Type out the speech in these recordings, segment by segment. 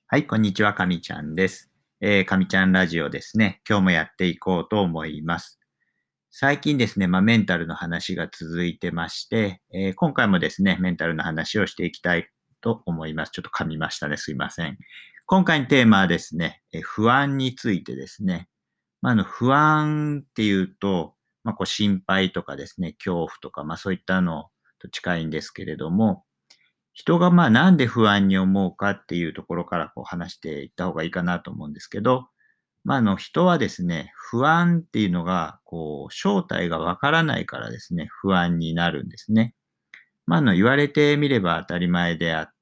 はい、こんにちは、かみちゃんです。かみちゃんラジオですね。今日もやっていこうと思います。最近ですね、メンタルの話が続いてまして、今回もですね、メンタルの話をしていきたいと思います。ちょっと噛みましたね。すいません。今回のテーマはですね、不安についてですね。不安っていうと、心配とかですね、恐怖とか、そういったのと近いんですけれども、人がなんで不安に思うかっていうところから話していった方がいいかなと思うんですけど、人はですね、不安っていうのが正体がわからないからですね、不安になるんですね。言われてみれば当たり前であって、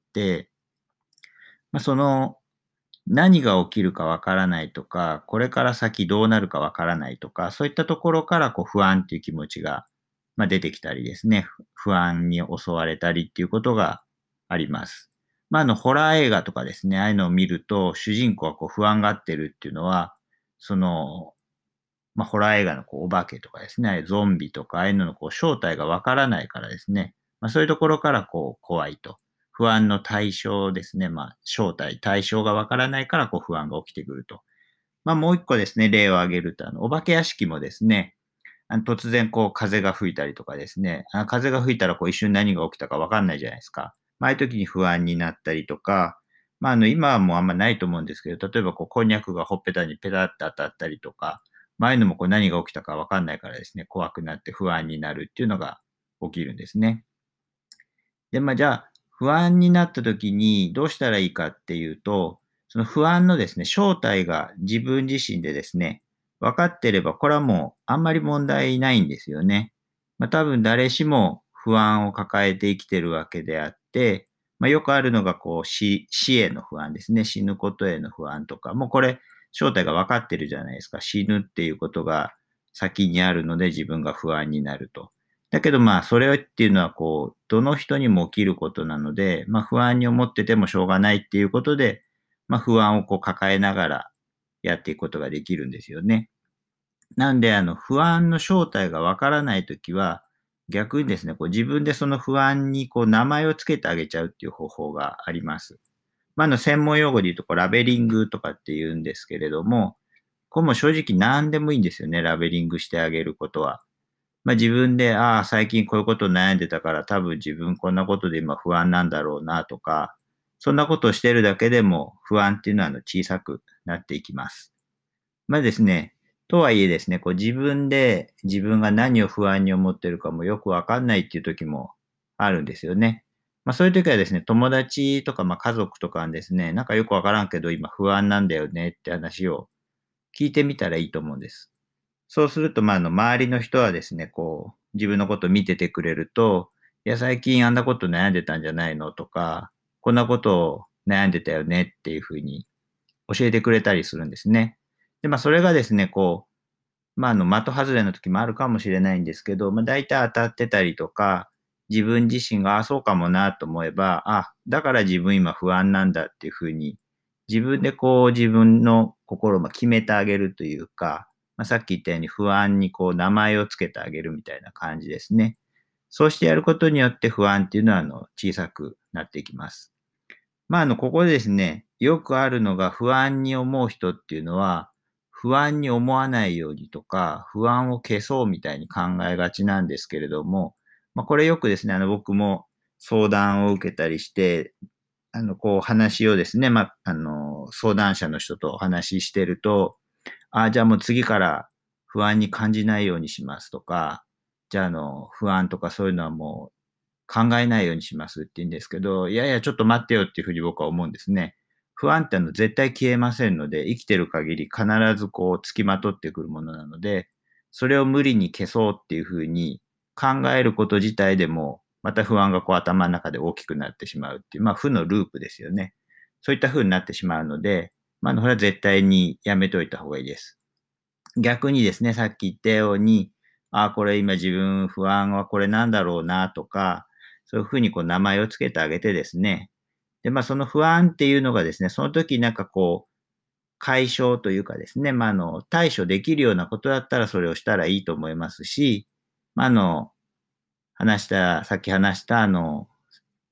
その何が起きるかわからないとか、これから先どうなるかわからないとか、そういったところから不安っていう気持ちが、出てきたりですね、不安に襲われたりっていうことがあります。ホラー映画とかですね、ああいうのを見ると、主人公は不安がってるっていうのは、その、ホラー映画のお化けとかですね、ゾンビとか、ああいうのの正体がわからないからですね、そういうところから怖いと。不安の対象ですね、正体、対象がわからないから不安が起きてくると。もう一個ですね、例を挙げると、お化け屋敷もですね、突然風が吹いたりとかですね、風が吹いたら一瞬何が起きたかわかんないじゃないですか。ああいう時に不安になったりとか、今はもうあんまないと思うんですけど、例えばこんにゃくがほっぺたにペタッと当たったりとか、ああいうのも何が起きたかわかんないからですね、怖くなって不安になるっていうのが起きるんですね。で、じゃあ、不安になった時にどうしたらいいかっていうと、その不安のですね、正体が自分自身でですね、分かってれば、これはもうあんまり問題ないんですよね。多分誰しも不安を抱えて生きてるわけであって、よくあるのが死への不安ですね。死ぬことへの不安とか、もうこれ正体が分かってるじゃないですか。死ぬっていうことが先にあるので自分が不安になると。だけどそれっていうのはどの人にも起きることなので、不安に思っててもしょうがないっていうことで、不安を抱えながらやっていくことができるんですよね。なんで不安の正体がわからないときは、逆にですね、自分でその不安に名前をつけてあげちゃうっていう方法があります。専門用語で言うとラベリングとかって言うんですけれども、これも正直何でもいいんですよね、ラベリングしてあげることは。自分で、ああ、最近こういうこと悩んでたから、多分自分こんなことで今不安なんだろうなとか、そんなことをしてるだけでも不安っていうのは小さくなっていきます。ですね、とはいえですね、自分で自分が何を不安に思ってるかもよくわかんないっていう時もあるんですよね。そういう時はですね、友達とか家族とかにですね、なんかよくわからんけど今不安なんだよねって話を聞いてみたらいいと思うんです。そうすると、周りの人はですね、自分のことを見ててくれると、いや、最近あんなこと悩んでたんじゃないのとか、こんなことを悩んでたよねっていうふうに教えてくれたりするんですね。で、それがですね、的外れの時もあるかもしれないんですけど、大体当たってたりとか、自分自身が、あ、そうかもなと思えば、あ、だから自分今不安なんだっていうふうに、自分で自分の心を決めてあげるというか、さっき言ったように不安に名前をつけてあげるみたいな感じですね。そうしてやることによって不安っていうのは、小さくなっていきます。ここでですね、よくあるのが不安に思う人っていうのは、不安に思わないようにとか、不安を消そうみたいに考えがちなんですけれども、これよくですね、僕も相談を受けたりして、話をですね、相談者の人とお話ししてると、あ、じゃあもう次から不安に感じないようにしますとか、じゃあ不安とかそういうのはもう考えないようにしますって言うんですけど、いやいや、ちょっと待ってよっていうふうに僕は思うんですね。不安って絶対消えませんので、生きてる限り必ず付きまとってくるものなので、それを無理に消そうっていうふうに考えること自体でも、また不安が頭の中で大きくなってしまうっていう、負のループですよね。そういった風になってしまうので、これは絶対にやめといた方がいいです。逆にですね、さっき言ったように、あ、これ今自分不安はこれなんだろうなとか、そういうふうに名前をつけてあげてですね。で、その不安っていうのがですね、その時なんか解消というかですね、対処できるようなことだったらそれをしたらいいと思いますし、さっき話した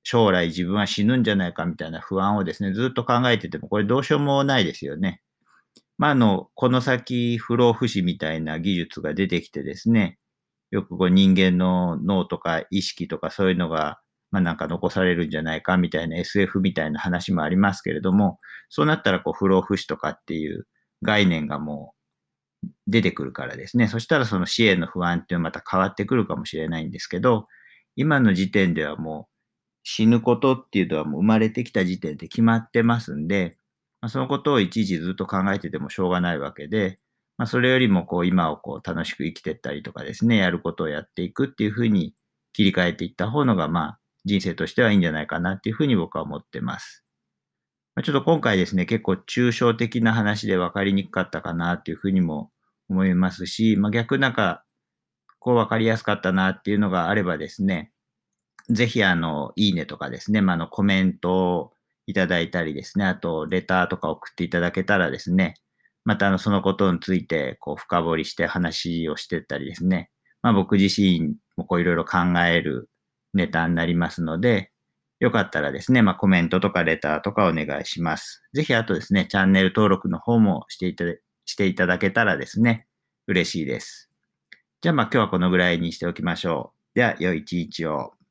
将来自分は死ぬんじゃないかみたいな不安をですね、ずっと考えてても、これどうしようもないですよね。この先不老不死みたいな技術が出てきてですね、よくこう人間の脳とか意識とかそういうのが、なんか残されるんじゃないかみたいな SF みたいな話もありますけれども、そうなったらこう不老不死とかっていう概念がもう出てくるからですね。そしたらその死への不安っていうのはまた変わってくるかもしれないんですけど、今の時点ではもう死ぬことっていうのはもう生まれてきた時点で決まってますんで、そのことをいちいちずっと考えててもしょうがないわけで、それよりもこう今をこう楽しく生きていったりとかですね、やることをやっていくっていうふうに切り替えていった方のが、人生としてはいいんじゃないかなっていうふうに僕は思ってます。ちょっと今回ですね、結構抽象的な話で分かりにくかったかなっていうふうにも思いますし、逆なんか、こう分かりやすかったなっていうのがあればですね、ぜひいいねとかですね、コメントをいただいたりですね、あとレターとか送っていただけたらですね、またそのことについてこう深掘りして話をしてったりですね、僕自身もこういろいろ考えるネタになりますので、よかったらですね、コメントとかレターとかお願いします。ぜひあとですね、チャンネル登録の方もしていただけたらですね、嬉しいです。じゃあ今日はこのぐらいにしておきましょう。では、良い一日を。